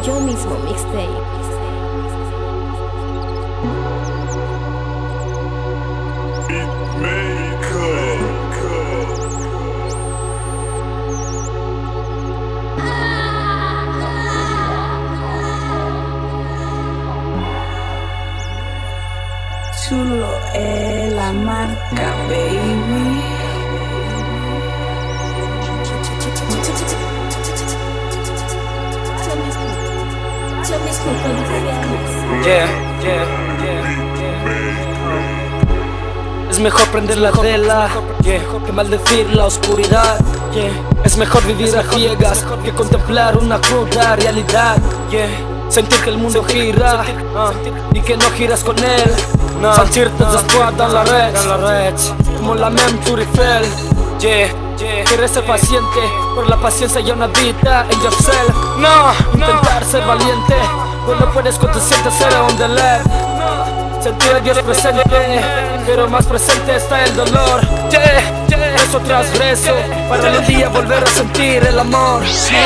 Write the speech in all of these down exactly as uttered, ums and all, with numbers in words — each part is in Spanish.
Yo mismo mixtape. Chulo es la marca, baby. Yeah, yeah, yeah, yeah. Es mejor prender la vela, yeah, que maldecir la oscuridad, yeah. Es mejor vivir a ciegas que contemplar una cruda realidad, yeah. Sentir que el mundo gira uh, y que no giras con él, no. Sentirte después dans la red, como la même Tour Eiffel, yeah, yeah. Quieres ser paciente, pero la paciencia ya no habita en yourself. No, intentar ser valiente cuando puedes con tu sientes ser on the left. Sentir a Dios presente, pero más presente está el dolor, yeah, yeah. Eso transgreso para un día volver a sentir el amor.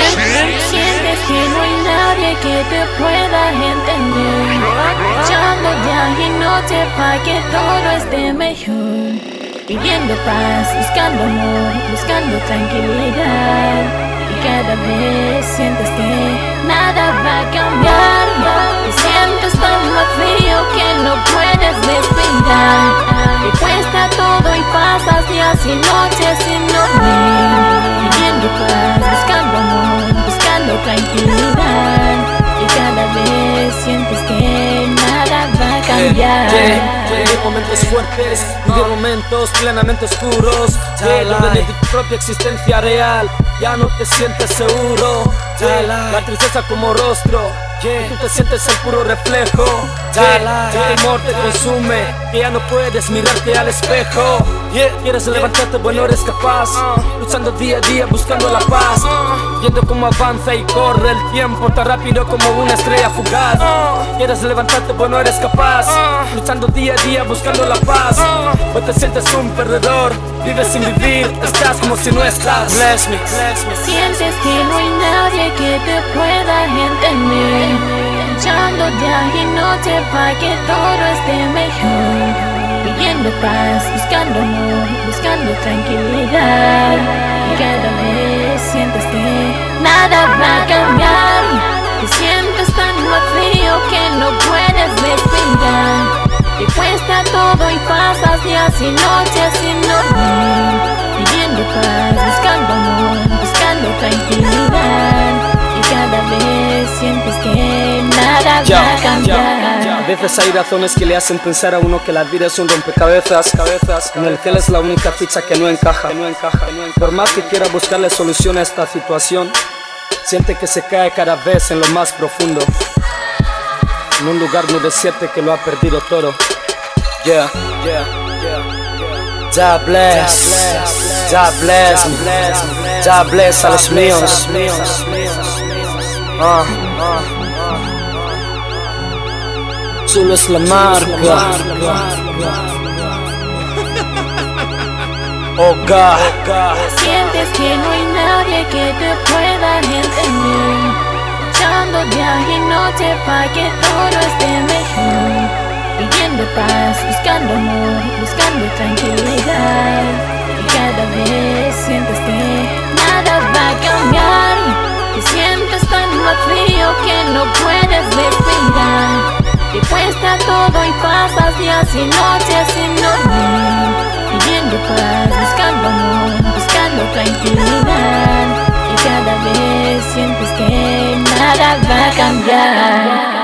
Sientes que no hay nadie que te pueda entender, echando día y noche pa' que todo esté mejor, viviendo paz, buscando amor, buscando tranquilidad. Y cada vez sientes que nada va a cambiar, te sientes tan vacío que no puedes respirar. Te cuesta todo y pasas días y noches sin dormir, viviendo paz, buscando amor, buscando tranquilidad. Y cada vez sientes que nada va a cambiar. Yeah, yeah. Vivir momentos fuertes, vivir momentos plenamente oscuros, yeah, donde tu propia existencia real ya no te sientes seguro, yeah. La tristeza como rostro, yeah. Y tú te sientes el puro reflejo, yeah. El temor te consume, que ya no puedes mirarte al espejo, yeah. Quieres levantarte, bueno eres capaz, luchando día a día buscando la paz, viendo cómo avanza y corre el tiempo tan rápido como una estrella fugaz. Quieres levantarte, bueno eres capaz, luchando día a día buscando la paz. Hoy te sientes un perdedor, vives sin vivir, estás como si no estás. Bless me, bless me. Sientes que no hay nadie que te pueda entender, echando día y noche pa' que todo esté mejor, pidiendo paz, buscando amor, buscando tranquilidad. Y cada vez sientes que nada va a cambiar, te sientes tan vacío que no puedes respirar. Te cuesta todo y pasas días y noches sin dormir, pidiendo paz, buscando amor, buscando tranquilidad. Y cada vez sientes que nada ya, va a cambiar. Ya, ya. A veces hay razones que le hacen pensar a uno que la vida es un rompecabezas, cabezas, en el que él es la única ficha que no encaja, no encaja, no encaja. Por más que quiera buscarle solución a esta situación, siente que se cae cada vez en lo más profundo, en un lugar no desierto que lo ha perdido todo. Yeah, yeah, yeah, yeah. God bless, God bless, God bless a los míos. Uh, uh, uh. Solo es la marca. Oh God, sientes que no hay nadie que te pueda entender, echando día y noche pa' que todo esté mejor, pidiendo paz, buscando amor, buscando tranquilidad. Y cada vez sientes que nada va a cambiar, te sientes tan vacío que no puedes respirar. Te cuesta todo y pasas días y noches sin dormir, pidiendo paz, buscando amor, buscando tranquilidad. Y cada vez sientes que nada va a cambiar.